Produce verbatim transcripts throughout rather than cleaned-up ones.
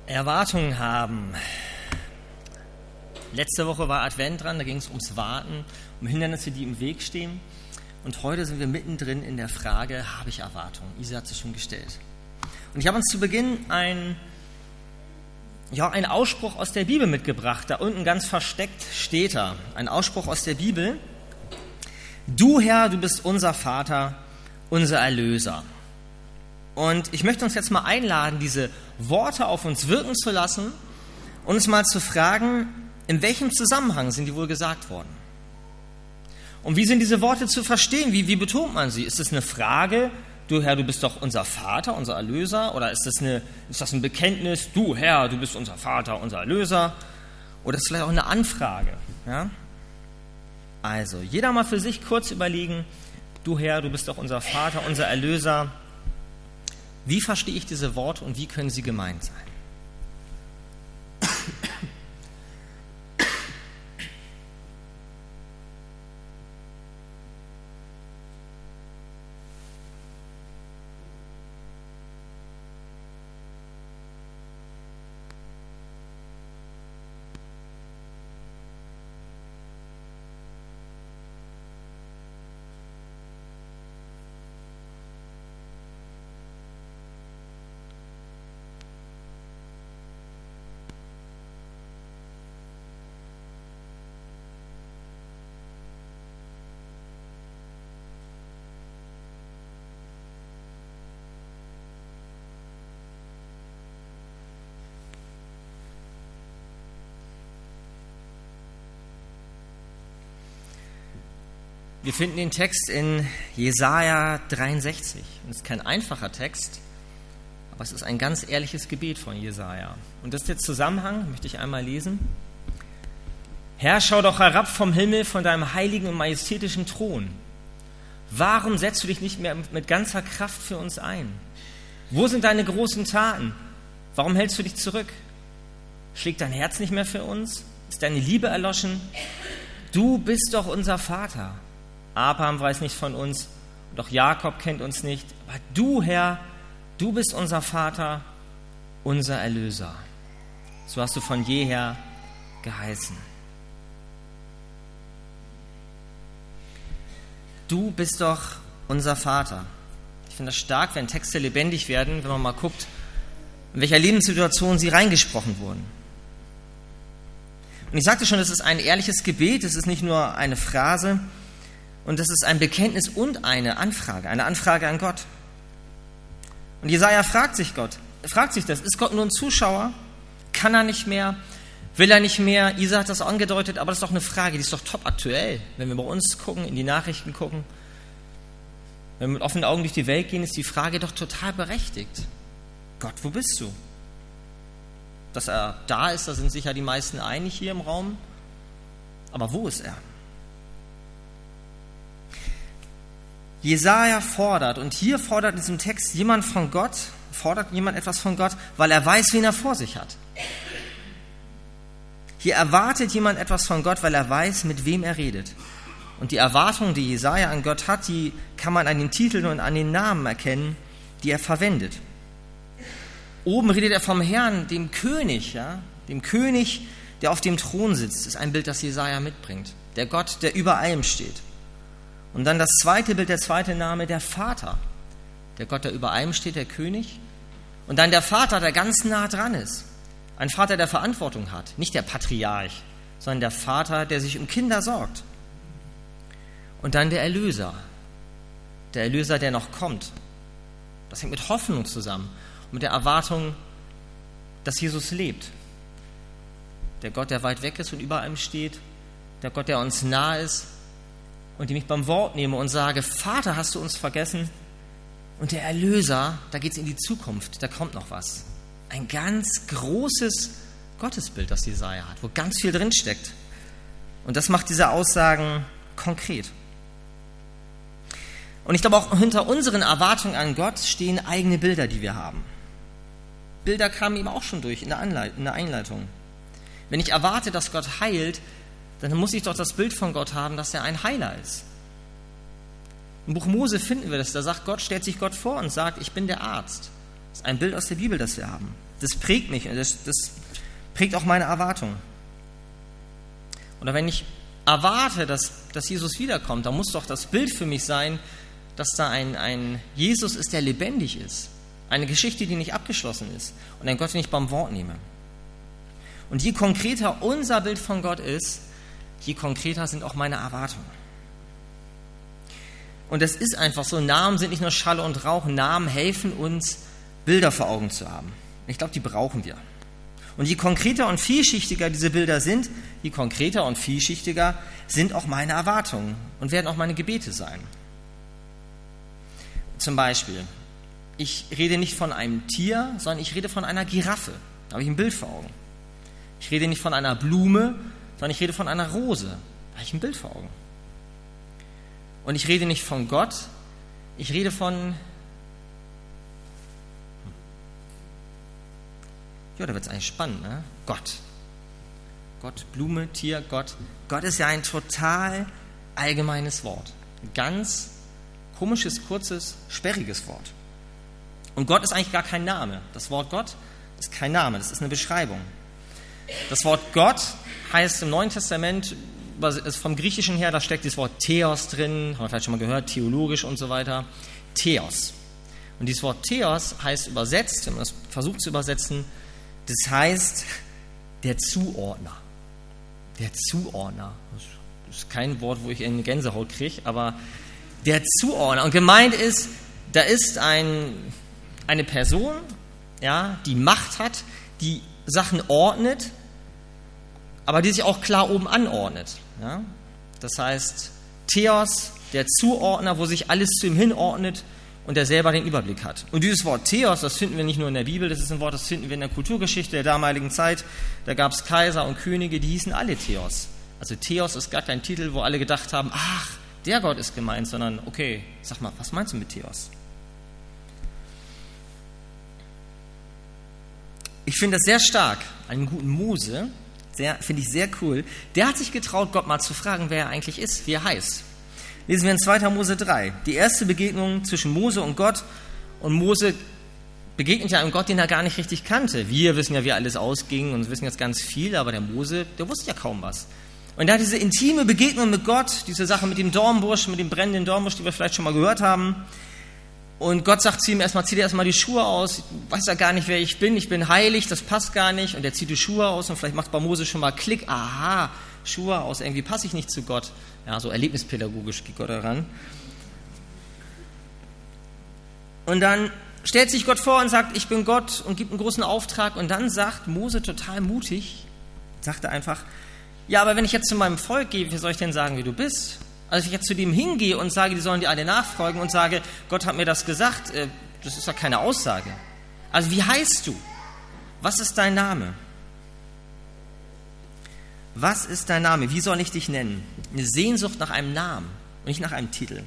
Erwartungen haben. Letzte Woche war Advent dran, da ging es ums Warten, um Hindernisse, die im Weg stehen. Und heute sind wir mittendrin in der Frage, habe ich Erwartungen? Isa hat sie schon gestellt. Und ich habe uns zu Beginn ein, ja, einen Ausspruch aus der Bibel mitgebracht. Da unten ganz versteckt steht da, ein Ausspruch aus der Bibel. Du Herr, du bist unser Vater, unser Erlöser. Und ich möchte uns jetzt mal einladen, diese Worte auf uns wirken zu lassen und uns mal zu fragen, in welchem Zusammenhang sind die wohl gesagt worden? Und wie sind diese Worte zu verstehen? Wie, wie betont man sie? Ist es eine Frage, du Herr, du bist doch unser Vater, unser Erlöser? Oder ist das, eine, ist das ein Bekenntnis, du Herr, du bist unser Vater, unser Erlöser? Oder ist es vielleicht auch eine Anfrage? Ja? Also, jeder mal für sich kurz überlegen, du Herr, du bist doch unser Vater, unser Erlöser. Wie verstehe ich diese Worte und wie können sie gemeint sein? Wir finden den Text in Jesaja dreiundsechzig. Und es ist kein einfacher Text, aber es ist ein ganz ehrliches Gebet von Jesaja. Und das ist der Zusammenhang, möchte ich einmal lesen. Herr, schau doch herab vom Himmel, von deinem heiligen und majestätischen Thron. Warum setzt du dich nicht mehr mit ganzer Kraft für uns ein? Wo sind deine großen Taten? Warum hältst du dich zurück? Schlägt dein Herz nicht mehr für uns? Ist deine Liebe erloschen? Du bist doch unser Vater. Abraham weiß nicht von uns, und auch Jakob kennt uns nicht. Aber du, Herr, du bist unser Vater, unser Erlöser. So hast du von jeher geheißen. Du bist doch unser Vater. Ich finde das stark, wenn Texte lebendig werden, wenn man mal guckt, in welcher Lebenssituation sie reingesprochen wurden. Und ich sagte schon, es ist ein ehrliches Gebet, es ist nicht nur eine Phrase, und das ist ein Bekenntnis und eine Anfrage, eine Anfrage an Gott. Und Jesaja fragt sich Gott, fragt sich das, ist Gott nur ein Zuschauer? Kann er nicht mehr? Will er nicht mehr? Isa hat das angedeutet, aber das ist doch eine Frage, die ist doch top aktuell. Wenn wir bei uns gucken, in die Nachrichten gucken, wenn wir mit offenen Augen durch die Welt gehen, ist die Frage doch total berechtigt. Gott, wo bist du? Dass er da ist, da sind sicher die meisten einig hier im Raum. Aber wo ist er? Jesaja fordert, und hier fordert in diesem Text jemand von Gott, fordert jemand etwas von Gott, weil er weiß, wen er vor sich hat. Hier erwartet jemand etwas von Gott, weil er weiß, mit wem er redet. Und die Erwartung, die Jesaja an Gott hat, die kann man an den Titeln und an den Namen erkennen, die er verwendet. Oben redet er vom Herrn, dem König, ja, dem König, der auf dem Thron sitzt. Das ist ein Bild, das Jesaja mitbringt. Der Gott, der über allem steht. Und dann das zweite Bild, der zweite Name, der Vater. Der Gott, der über allem steht, der König. Und dann der Vater, der ganz nah dran ist. Ein Vater, der Verantwortung hat. Nicht der Patriarch, sondern der Vater, der sich um Kinder sorgt. Und dann der Erlöser. Der Erlöser, der noch kommt. Das hängt mit Hoffnung zusammen. Und mit der Erwartung, dass Jesus lebt. Der Gott, der weit weg ist und über allem steht. Der Gott, der uns nah ist. Und die mich beim Wort nehme und sage, Vater, hast du uns vergessen? Und der Erlöser, da geht es in die Zukunft, da kommt noch was. Ein ganz großes Gottesbild, das Jesaja hat, wo ganz viel drinsteckt. Und das macht diese Aussagen konkret. Und ich glaube, auch hinter unseren Erwartungen an Gott stehen eigene Bilder, die wir haben. Bilder kamen eben auch schon durch in der, Anleit- in der Einleitung. Wenn ich erwarte, dass Gott heilt, dann muss ich doch das Bild von Gott haben, dass er ein Heiler ist. Im Buch Mose finden wir das, da sagt Gott, stellt sich Gott vor und sagt, ich bin der Arzt. Das ist ein Bild aus der Bibel, das wir haben. das prägt mich und das, das prägt auch meine Erwartung. Oder wenn ich erwarte, dass, dass Jesus wiederkommt, dann muss doch das Bild für mich sein, dass da ein, ein Jesus ist, der lebendig ist. Eine Geschichte, die nicht abgeschlossen ist und ein Gott, den ich beim Wort nehme. Und je konkreter unser Bild von Gott ist, je konkreter sind auch meine Erwartungen. Und es ist einfach so, Namen sind nicht nur Schall und Rauch, Namen helfen uns, Bilder vor Augen zu haben. Ich glaube, die brauchen wir. Und je konkreter und vielschichtiger diese Bilder sind, je konkreter und vielschichtiger sind auch meine Erwartungen und werden auch meine Gebete sein. Zum Beispiel, ich rede nicht von einem Tier, sondern ich rede von einer Giraffe. Da habe ich ein Bild vor Augen. Ich rede nicht von einer Blume, sondern ich rede von einer Rose. Da habe ich ein Bild vor Augen. Und ich rede nicht von Gott, ich rede von... Ja, da wird es eigentlich spannend, ne? Gott. Gott, Blume, Tier, Gott. Gott ist ja ein total allgemeines Wort. Ein ganz komisches, kurzes, sperriges Wort. Und Gott ist eigentlich gar kein Name. Das Wort Gott ist kein Name, das ist eine Beschreibung. Das Wort Gott heißt im Neuen Testament, ist vom Griechischen her, da steckt das Wort Theos drin, haben wir vielleicht schon mal gehört, theologisch und so weiter. Theos. Und dieses Wort Theos heißt übersetzt, wenn man das versucht zu übersetzen, das heißt der Zuordner. Der Zuordner. Das ist kein Wort, wo ich eine Gänsehaut kriege, aber der Zuordner. Und gemeint ist, da ist ein, eine Person, ja, die Macht hat, die Sachen ordnet, aber die sich auch klar oben anordnet. Ja? Das heißt, Theos, der Zuordner, wo sich alles zu ihm hinordnet und der selber den Überblick hat. Und dieses Wort Theos, das finden wir nicht nur in der Bibel, das ist ein Wort, das finden wir in der Kulturgeschichte der damaligen Zeit. Da gab es Kaiser und Könige, die hießen alle Theos. Also Theos ist gar kein Titel, wo alle gedacht haben, ach, der Gott ist gemeint, sondern, okay, sag mal, was meinst du mit Theos? Ich finde das sehr stark, einen guten Mose, finde ich sehr cool, der hat sich getraut, Gott mal zu fragen, wer er eigentlich ist, wie er heißt. Lesen wir in zweiter Mose drei, die erste Begegnung zwischen Mose und Gott. Und Mose begegnet ja einem Gott, den er gar nicht richtig kannte. Wir wissen ja, wie alles ausging und wissen jetzt ganz viel, aber der Mose, der wusste ja kaum was. Und er hat diese intime Begegnung mit Gott, diese Sache mit dem Dornbusch, mit dem brennenden Dornbusch, die wir vielleicht schon mal gehört haben. Und Gott sagt zu ihm erstmal, zieh dir erstmal die Schuhe aus, ich weiß ja gar nicht, wer ich bin, ich bin heilig, das passt gar nicht. Und er zieht die Schuhe aus und vielleicht macht bei Mose schon mal Klick, aha, Schuhe aus, irgendwie passe ich nicht zu Gott. Ja, so erlebnispädagogisch geht Gott daran. Und dann stellt sich Gott vor und sagt, ich bin Gott und gibt einen großen Auftrag. Und dann sagt Mose total mutig, sagt er einfach, ja, aber wenn ich jetzt zu meinem Volk gehe, wie soll ich denn sagen, wie du bist? Also wenn ich jetzt zu dem hingehe und sage, die sollen dir alle nachfolgen und sage, Gott hat mir das gesagt, das ist doch keine Aussage. Also wie heißt du? Was ist dein Name? Was ist dein Name? Wie soll ich dich nennen? Eine Sehnsucht nach einem Namen und nicht nach einem Titel.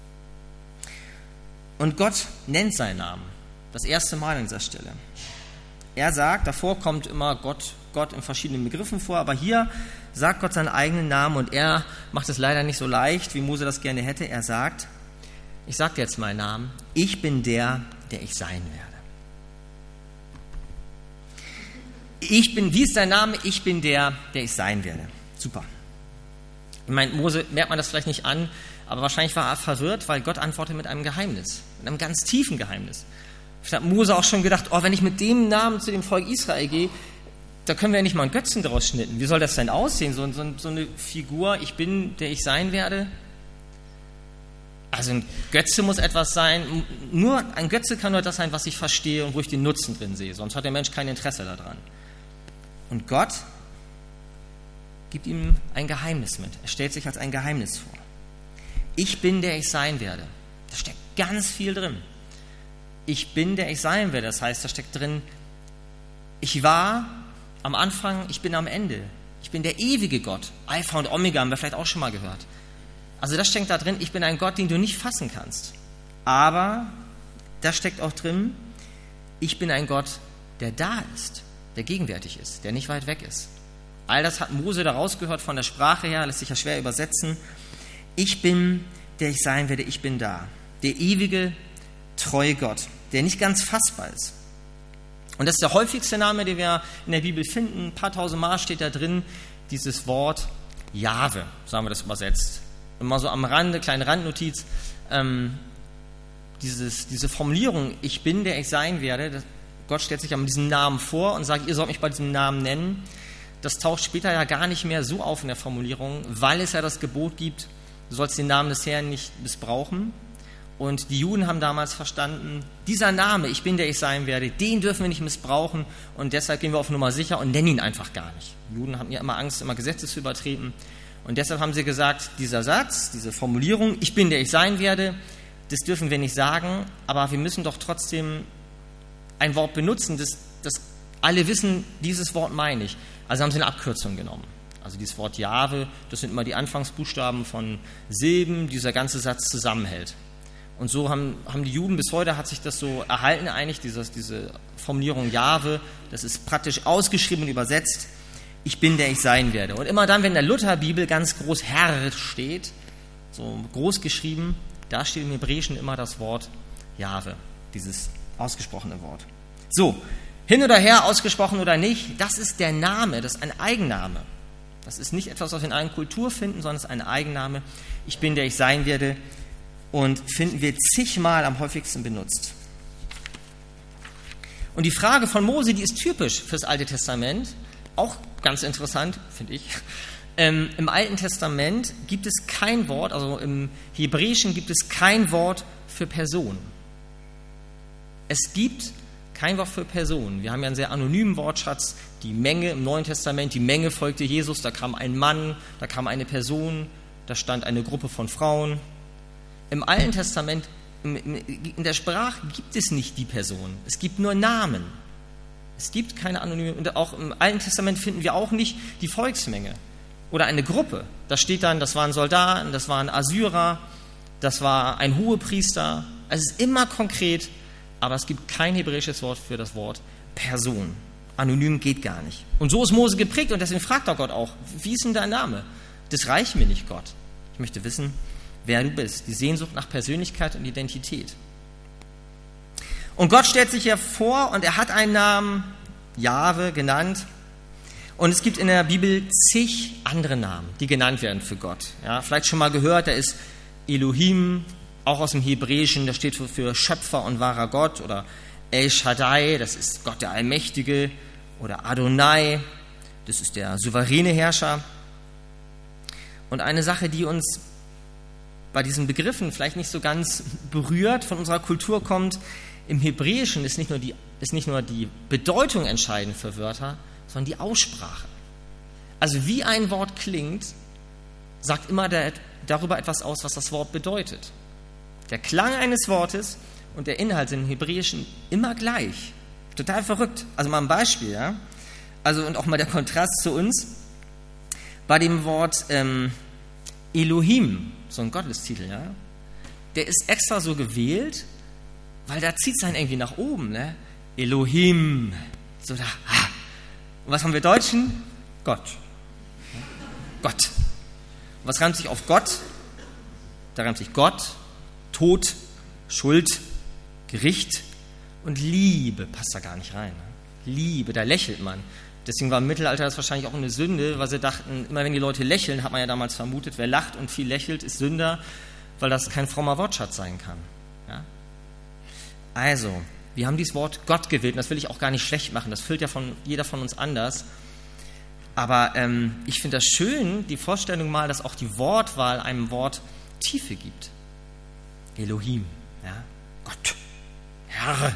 Und Gott nennt seinen Namen. Das erste Mal an dieser Stelle. Er sagt, davor kommt immer Gott, Gott in verschiedenen Begriffen vor, aber hier sagt Gott seinen eigenen Namen und er macht es leider nicht so leicht, wie Mose das gerne hätte. Er sagt, ich sage dir jetzt meinen Namen, ich bin der, der ich sein werde. Ich bin, wie ist dein Name? Ich bin der, der ich sein werde. Super. Ich meine, Mose merkt man das vielleicht nicht an, aber wahrscheinlich war er verwirrt, weil Gott antwortet mit einem Geheimnis, mit einem ganz tiefen Geheimnis. Vielleicht hat Mose auch schon gedacht, oh, wenn ich mit dem Namen zu dem Volk Israel gehe, da können wir ja nicht mal einen Götzen draus schnitzen. Wie soll das denn aussehen? So, so, so eine Figur, ich bin, der ich sein werde. Also ein Götze muss etwas sein, nur ein Götze kann nur das sein, was ich verstehe und wo ich den Nutzen drin sehe. Sonst hat der Mensch kein Interesse daran. Und Gott gibt ihm ein Geheimnis mit. Er stellt sich als ein Geheimnis vor. Ich bin, der ich sein werde. Da steckt ganz viel drin. Ich bin, der ich sein werde. Das heißt, da steckt drin, ich war am Anfang, ich bin am Ende. Ich bin der ewige Gott. Alpha und Omega haben wir vielleicht auch schon mal gehört. Also das steckt da drin, ich bin ein Gott, den du nicht fassen kannst. Aber da steckt auch drin, ich bin ein Gott, der da ist, der gegenwärtig ist, der nicht weit weg ist. All das hat Mose da rausgehört von der Sprache her, lässt sich ja schwer übersetzen. Ich bin, der ich sein werde, ich bin da. Der ewige, treue Gott, der nicht ganz fassbar ist. Und das ist der häufigste Name, den wir in der Bibel finden. Ein paar tausend Mal steht da drin dieses Wort Jahwe, so haben wir das übersetzt. Immer so am Rande, kleine Randnotiz, ähm, dieses, diese Formulierung, ich bin, der ich sein werde, das, Gott stellt sich ja mit diesem Namen vor und sagt, ihr sollt mich bei diesem Namen nennen. Das taucht später ja gar nicht mehr so auf in der Formulierung, weil es ja das Gebot gibt, du sollst den Namen des Herrn nicht missbrauchen. Und die Juden haben damals verstanden, dieser Name, ich bin, der ich sein werde, den dürfen wir nicht missbrauchen und deshalb gehen wir auf Nummer sicher und nennen ihn einfach gar nicht. Die Juden hatten ja immer Angst, immer Gesetze zu übertreten und deshalb haben sie gesagt, dieser Satz, diese Formulierung, ich bin, der ich sein werde, das dürfen wir nicht sagen, aber wir müssen doch trotzdem ein Wort benutzen, das, das alle wissen, dieses Wort meine ich. Also haben sie eine Abkürzung genommen. Also dieses Wort Jahwe, das sind immer die Anfangsbuchstaben von Silben, die dieser ganze Satz zusammenhält. Und so haben, haben die Juden bis heute, hat sich das so erhalten eigentlich, dieses, diese Formulierung Jahwe, das ist praktisch ausgeschrieben und übersetzt, ich bin, der ich sein werde. Und immer dann, wenn in der Lutherbibel ganz groß Herr steht, so groß geschrieben, da steht im Hebräischen immer das Wort Jahwe, dieses ausgesprochene Wort. So, hin oder her, ausgesprochen oder nicht, das ist der Name, das ist ein Eigenname. Das ist nicht etwas, was wir in einer Kultur finden, sondern es ist ein Eigenname. Ich bin, der ich sein werde. Und finden wir zigmal am häufigsten benutzt. Und die Frage von Mose, die ist typisch fürs Alte Testament, auch ganz interessant, finde ich. Ähm, Im Alten Testament gibt es kein Wort, also im Hebräischen gibt es kein Wort für Person. Es gibt kein Wort für Person. Wir haben ja einen sehr anonymen Wortschatz, die Menge im Neuen Testament, die Menge folgte Jesus, da kam ein Mann, da kam eine Person, da stand eine Gruppe von Frauen. Im Alten Testament, in der Sprache gibt es nicht die Person. Es gibt nur Namen. Es gibt keine anonyme, und auch im Alten Testament finden wir auch nicht die Volksmenge oder eine Gruppe. Da steht dann, das waren Soldaten, das waren Assyrer, das war ein Hohepriester. Also es ist immer konkret, aber es gibt kein hebräisches Wort für das Wort Person. Anonym geht gar nicht. Und so ist Mose geprägt und deswegen fragt er Gott auch, wie ist denn dein Name? Das reicht mir nicht, Gott. Ich möchte wissen, wer du bist, die Sehnsucht nach Persönlichkeit und Identität. Und Gott stellt sich hier vor und er hat einen Namen, Jahwe, genannt. Und es gibt in der Bibel zig andere Namen, die genannt werden für Gott. Ja, vielleicht schon mal gehört, da ist Elohim, auch aus dem Hebräischen, das steht für Schöpfer und wahrer Gott, oder El Shaddai, das ist Gott der Allmächtige, oder Adonai, das ist der souveräne Herrscher. Und eine Sache, die uns bei diesen Begriffen vielleicht nicht so ganz berührt, von unserer Kultur kommt, im Hebräischen ist nicht nur die, ist nicht nur die Bedeutung entscheidend für Wörter, sondern die Aussprache. Also wie ein Wort klingt, sagt immer der, darüber etwas aus, was das Wort bedeutet. Der Klang eines Wortes und der Inhalt sind im Hebräischen immer gleich. Total verrückt. Also mal ein Beispiel, ja. Also und auch mal der Kontrast zu uns. Bei dem Wort ähm, Elohim, so ein Gottestitel, ja, der ist extra so gewählt, weil da zieht es einen irgendwie nach oben, ne? Elohim, so da. Ah. Und was haben wir Deutschen? Gott. Ja? Gott. Und was reimt sich auf Gott? Da reimt sich Gott, Tod, Schuld, Gericht und Liebe. Passt da gar nicht rein. Ne? Liebe, da lächelt man. Deswegen war im Mittelalter das wahrscheinlich auch eine Sünde, weil sie dachten, immer wenn die Leute lächeln, hat man ja damals vermutet, wer lacht und viel lächelt, ist Sünder, weil das kein frommer Wortschatz sein kann. Ja? Also, wir haben dieses Wort Gott gewählt, und das will ich auch gar nicht schlecht machen, das füllt ja von jeder von uns anders. Aber ähm, ich finde das schön, die Vorstellung mal, dass auch die Wortwahl einem Wort Tiefe gibt. Elohim, ja? Gott, Herr.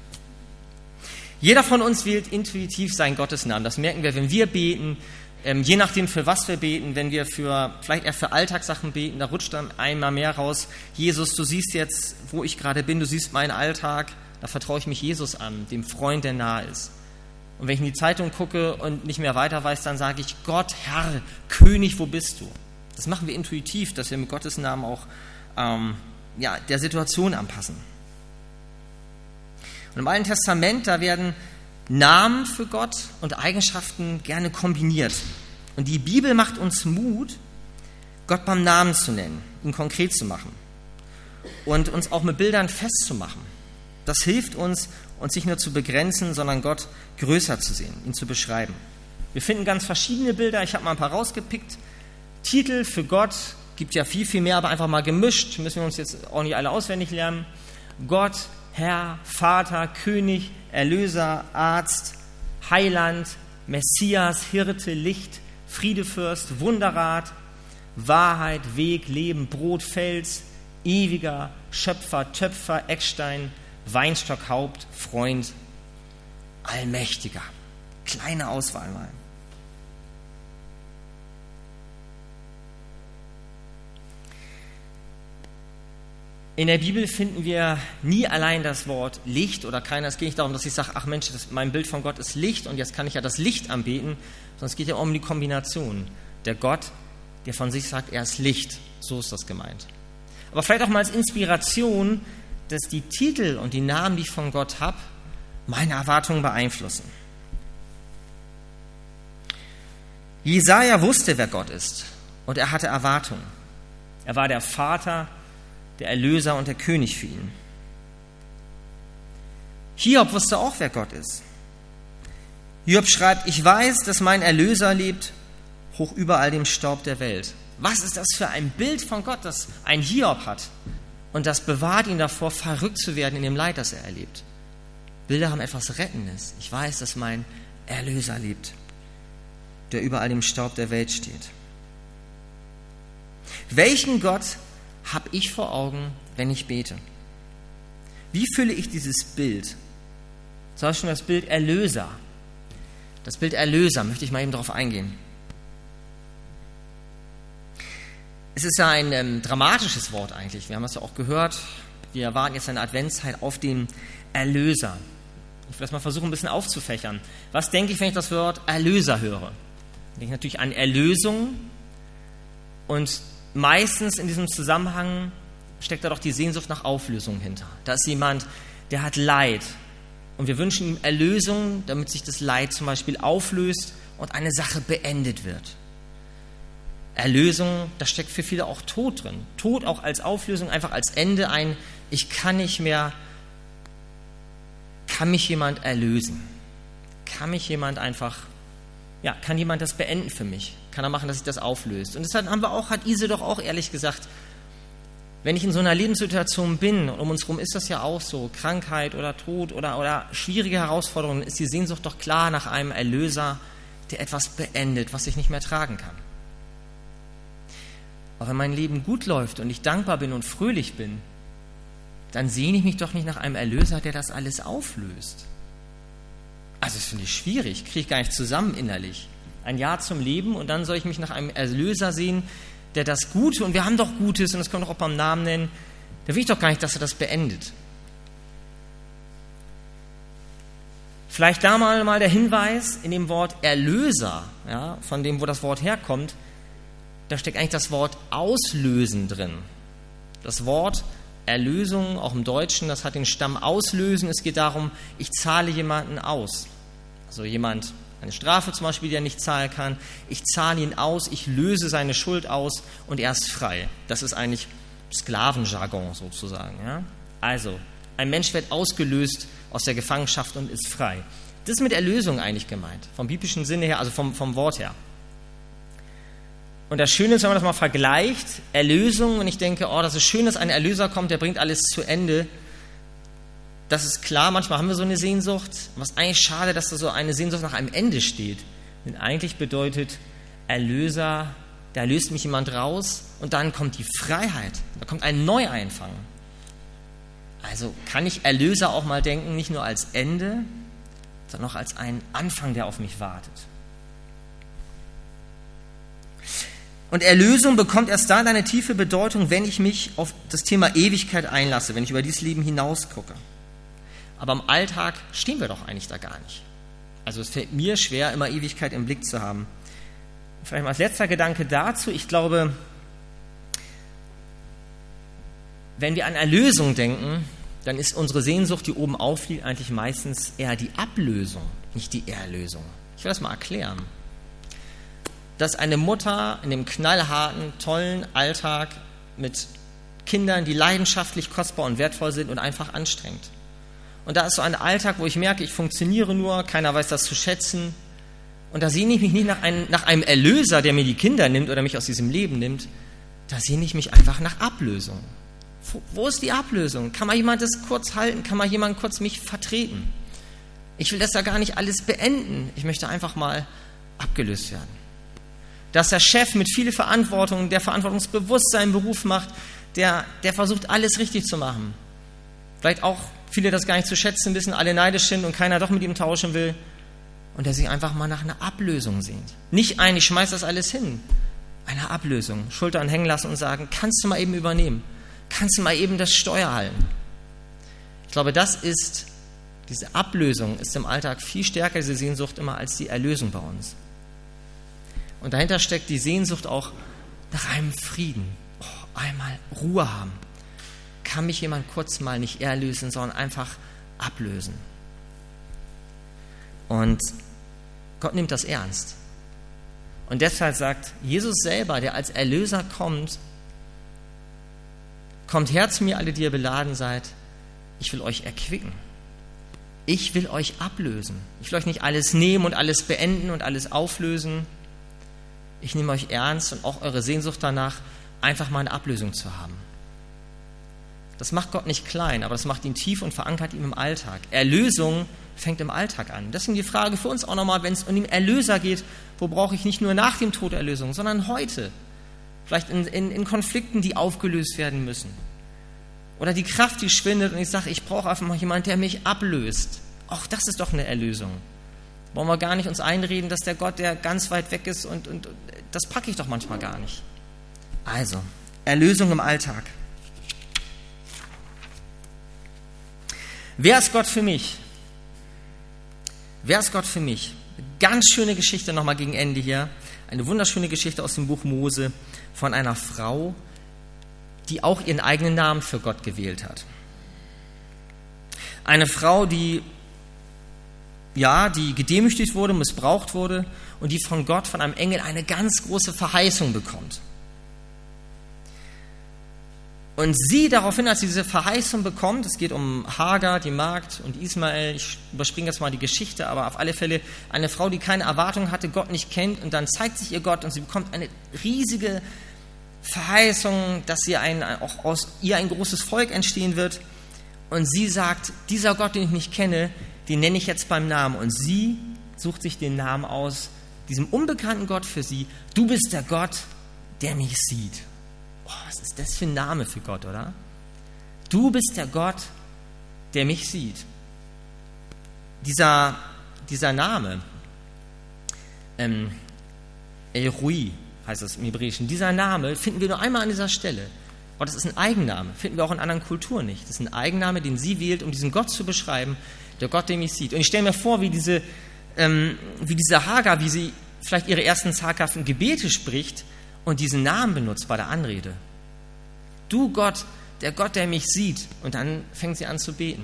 Jeder von uns wählt intuitiv seinen Gottesnamen. Das merken wir, wenn wir beten, ähm, je nachdem für was wir beten, wenn wir für vielleicht eher für Alltagssachen beten, da rutscht dann einmal mehr raus, Jesus, du siehst jetzt, wo ich gerade bin, du siehst meinen Alltag, da vertraue ich mich Jesus an, dem Freund, der nahe ist. Und wenn ich in die Zeitung gucke und nicht mehr weiter weiß, dann sage ich, Gott, Herr, König, wo bist du? Das machen wir intuitiv, dass wir mit Gottes Namen auch ähm, ja, der Situation anpassen. Und im Alten Testament, da werden Namen für Gott und Eigenschaften gerne kombiniert. Und die Bibel macht uns Mut, Gott beim Namen zu nennen, ihn konkret zu machen und uns auch mit Bildern festzumachen. Das hilft uns, uns nicht nur zu begrenzen, sondern Gott größer zu sehen, ihn zu beschreiben. Wir finden ganz verschiedene Bilder, ich habe mal ein paar rausgepickt. Titel für Gott, gibt ja viel, viel mehr, aber einfach mal gemischt, müssen wir uns jetzt auch nicht alle auswendig lernen. Gott, Herr, Vater, König, Erlöser, Arzt, Heiland, Messias, Hirte, Licht, Friedefürst, Wunderrat, Wahrheit, Weg, Leben, Brot, Fels, Ewiger, Schöpfer, Töpfer, Eckstein, Weinstock, Haupt, Freund, Allmächtiger. Kleine Auswahl mal. In der Bibel finden wir nie allein das Wort Licht oder keiner. Es geht nicht darum, dass ich sage, ach Mensch, das, mein Bild von Gott ist Licht und jetzt kann ich ja das Licht anbeten, sondern es geht ja um die Kombination. Der Gott, der von sich sagt, er ist Licht. So ist das gemeint. Aber vielleicht auch mal als Inspiration, dass die Titel und die Namen, die ich von Gott habe, meine Erwartungen beeinflussen. Jesaja wusste, wer Gott ist und er hatte Erwartungen. Er war der Vater, der Erlöser und der König für ihn. Hiob wusste auch, wer Gott ist. Hiob schreibt, ich weiß, dass mein Erlöser lebt, hoch über all dem Staub der Welt. Was ist das für ein Bild von Gott, das ein Hiob hat? Und das bewahrt ihn davor, verrückt zu werden in dem Leid, das er erlebt. Bilder haben etwas Rettendes. Ich weiß, dass mein Erlöser lebt, der über all dem Staub der Welt steht. Welchen Gott habe ich vor Augen, wenn ich bete? Wie fülle ich dieses Bild? Zum Beispiel das Bild Erlöser. Das Bild Erlöser möchte ich mal eben darauf eingehen. Es ist ja ein ähm, dramatisches Wort eigentlich. Wir haben es ja auch gehört. Wir erwarten jetzt eine Adventszeit auf den Erlöser. Ich will das mal versuchen, ein bisschen aufzufächern. Was denke ich, wenn ich das Wort Erlöser höre? Ich denke natürlich an Erlösung. Und meistens in diesem Zusammenhang steckt da doch die Sehnsucht nach Auflösung hinter. Da ist jemand, der hat Leid. Und wir wünschen ihm Erlösung, damit sich das Leid zum Beispiel auflöst und eine Sache beendet wird. Erlösung, da steckt für viele auch Tod drin. Tod auch als Auflösung, einfach als Ende ein, ich kann nicht mehr, kann mich jemand erlösen? Kann mich jemand einfach, ja, kann jemand das beenden für mich? Kann er machen, dass sich das auflöst? Und deshalb haben wir auch, hat Ise doch auch ehrlich gesagt, wenn ich in so einer Lebenssituation bin, und um uns herum ist das ja auch so, Krankheit oder Tod oder, oder schwierige Herausforderungen, ist die Sehnsucht doch klar nach einem Erlöser, der etwas beendet, was ich nicht mehr tragen kann. Aber wenn mein Leben gut läuft und ich dankbar bin und fröhlich bin, dann sehne ich mich doch nicht nach einem Erlöser, der das alles auflöst. Also das finde ich schwierig, kriege ich gar nicht zusammen innerlich. Ein Ja zum Leben und dann soll ich mich nach einem Erlöser sehen, der das Gute, und wir haben doch Gutes, und das können wir auch beim Namen nennen, da will ich doch gar nicht, dass er das beendet. Vielleicht da mal, mal der Hinweis in dem Wort Erlöser, ja, von dem, wo das Wort herkommt, da steckt eigentlich das Wort auslösen drin. Das Wort Erlösung, auch im Deutschen, das hat den Stamm auslösen. Es geht darum, ich zahle jemanden aus. Also jemand, eine Strafe zum Beispiel, die er nicht zahlen kann. Ich zahle ihn aus, ich löse seine Schuld aus und er ist frei. Das ist eigentlich Sklavenjargon sozusagen. Ja? Also, ein Mensch wird ausgelöst aus der Gefangenschaft und ist frei. Das ist mit Erlösung eigentlich gemeint, vom biblischen Sinne her, also vom, vom Wort her. Und das Schöne ist, wenn man das mal vergleicht, Erlösung, und ich denke, oh, das ist schön, dass ein Erlöser kommt, der bringt alles zu Ende. Das ist klar, manchmal haben wir so eine Sehnsucht. Was eigentlich schade, dass da so eine Sehnsucht nach einem Ende steht. Denn eigentlich bedeutet Erlöser, da löst mich jemand raus und dann kommt die Freiheit. Da kommt ein Neueinfang. Also kann ich Erlöser auch mal denken, nicht nur als Ende, sondern auch als einen Anfang, der auf mich wartet. Und Erlösung bekommt erst dann eine tiefe Bedeutung, wenn ich mich auf das Thema Ewigkeit einlasse, wenn ich über dieses Leben hinaus gucke. Aber im Alltag stehen wir doch eigentlich da gar nicht. Also es fällt mir schwer, immer Ewigkeit im Blick zu haben. Vielleicht mal als letzter Gedanke dazu. Ich glaube, wenn wir an Erlösung denken, dann ist unsere Sehnsucht, die oben aufliegt, eigentlich meistens eher die Ablösung, nicht die Erlösung. Ich will das mal erklären. Dass eine Mutter in dem knallharten, tollen Alltag mit Kindern, die leidenschaftlich, kostbar und wertvoll sind und einfach anstrengend. und da ist so ein Alltag, wo ich merke, ich funktioniere nur, keiner weiß das zu schätzen. Und da sehne ich mich nicht nach einem, nach einem Erlöser, der mir die Kinder nimmt oder mich aus diesem Leben nimmt. Da sehne ich mich einfach nach Ablösung. Wo, wo ist die Ablösung? Kann mal jemand das kurz halten? Kann mal jemand kurz mich vertreten? Ich will das da gar nicht alles beenden. Ich möchte einfach mal abgelöst werden. Dass der Chef mit viel Verantwortung, der verantwortungsbewusst seinen Beruf macht, der, der versucht, alles richtig zu machen. Vielleicht auch viele das gar nicht zu schätzen wissen, alle neidisch sind und keiner doch mit ihm tauschen will. Und der sich einfach mal nach einer Ablösung sehnt. Nicht ein, ich schmeiß das alles hin. Eine Ablösung. Schultern hängen lassen und sagen, kannst du mal eben übernehmen? Kannst du mal eben das Steuer halten? Ich glaube, das ist, diese Ablösung ist im Alltag viel stärker, diese Sehnsucht immer, als die Erlösung bei uns. Und dahinter steckt die Sehnsucht auch nach einem Frieden. Oh, einmal Ruhe haben. Kann mich jemand kurz mal nicht erlösen, sondern einfach ablösen. Und Gott nimmt das ernst. Und deshalb sagt Jesus selber, der als Erlöser kommt, kommt her zu mir, alle, die ihr beladen seid, ich will euch erquicken. Ich will euch ablösen. Ich will euch nicht alles nehmen und alles beenden und alles auflösen. Ich nehme euch ernst und auch eure Sehnsucht danach, einfach mal eine Ablösung zu haben. Das macht Gott nicht klein, aber das macht ihn tief und verankert ihn im Alltag. Erlösung fängt im Alltag an. Deswegen die Frage für uns auch nochmal, wenn es um den Erlöser geht, wo brauche ich nicht nur nach dem Tod Erlösung, sondern heute. Vielleicht in, in, in Konflikten, die aufgelöst werden müssen. Oder die Kraft, die schwindet und ich sage, ich brauche einfach mal jemanden, der mich ablöst. Auch das ist doch eine Erlösung. Wollen wir gar nicht uns einreden, dass der Gott, der ganz weit weg ist und, und das packe ich doch manchmal gar nicht. Also, Erlösung im Alltag. Wer ist Gott für mich? Wer ist Gott für mich? Ganz schöne Geschichte nochmal gegen Ende hier. Eine wunderschöne Geschichte aus dem Buch Mose von einer Frau, die auch ihren eigenen Namen für Gott gewählt hat. Eine Frau, die, ja, die gedemütigt wurde, missbraucht wurde und die von Gott, von einem Engel, eine ganz große Verheißung bekommt. Und sie daraufhin, als sie diese Verheißung bekommt, es geht um Hagar, die Magd, und Ismael, ich überspringe jetzt mal die Geschichte, aber auf alle Fälle eine Frau, die keine Erwartung hatte, Gott nicht kennt, und dann zeigt sich ihr Gott und sie bekommt eine riesige Verheißung, dass sie ein, auch aus ihr ein großes Volk entstehen wird. Und sie sagt, dieser Gott, den ich nicht kenne, den nenne ich jetzt beim Namen. Und sie sucht sich den Namen aus, diesem unbekannten Gott für sie. Du bist der Gott, der mich sieht. Oh, was ist das für ein Name für Gott, oder? Du bist der Gott, der mich sieht. Dieser, dieser Name, ähm, El-Rui heißt es im Hebräischen, dieser Name finden wir nur einmal an dieser Stelle. Und das ist ein Eigenname, finden wir auch in anderen Kulturen nicht. Das ist ein Eigenname, den sie wählt, um diesen Gott zu beschreiben, der Gott, der mich sieht. Und ich stelle mir vor, wie diese, ähm, wie diese Hagar, wie sie vielleicht ihre ersten zaghaften Gebete spricht, und diesen Namen benutzt bei der Anrede. Du Gott, der Gott, der mich sieht. Und dann fängt sie an zu beten.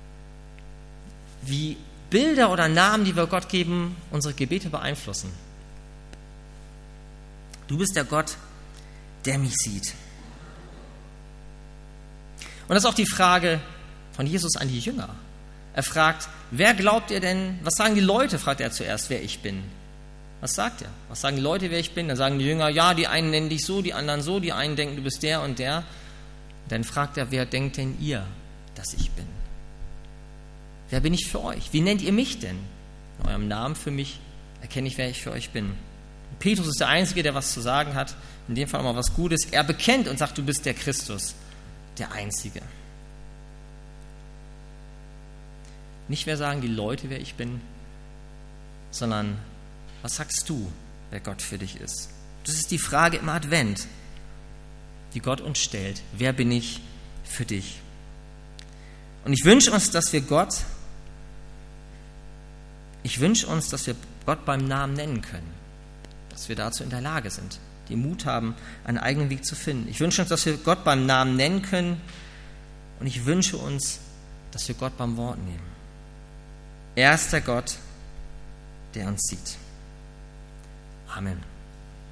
Wie Bilder oder Namen, die wir Gott geben, unsere Gebete beeinflussen. Du bist der Gott, der mich sieht. Und das ist auch die Frage von Jesus an die Jünger. Er fragt, wer glaubt ihr denn, was sagen die Leute, fragt er zuerst, wer ich bin. Was sagt er? Was sagen die Leute, wer ich bin? Dann sagen die Jünger, ja, die einen nennen dich so, die anderen so, die einen denken, du bist der und der. Und dann fragt er, wer denkt denn ihr, dass ich bin? Wer bin ich für euch? Wie nennt ihr mich denn? In eurem Namen für mich erkenne ich, wer ich für euch bin. Und Petrus ist der Einzige, der was zu sagen hat, in dem Fall auch mal was Gutes. Er bekennt und sagt, du bist der Christus, der Einzige. Nicht wer sagen die Leute, wer ich bin, sondern was sagst du, wer Gott für dich ist? Das ist die Frage im Advent, die Gott uns stellt. Wer bin ich für dich? Und ich wünsche uns, dass wir Gott, ich wünsche uns, dass wir Gott beim Namen nennen können. Dass wir dazu in der Lage sind, den Mut haben, einen eigenen Weg zu finden. Ich wünsche uns, dass wir Gott beim Namen nennen können. Und ich wünsche uns, dass wir Gott beim Wort nehmen. Er ist der Gott, der uns sieht. Amen.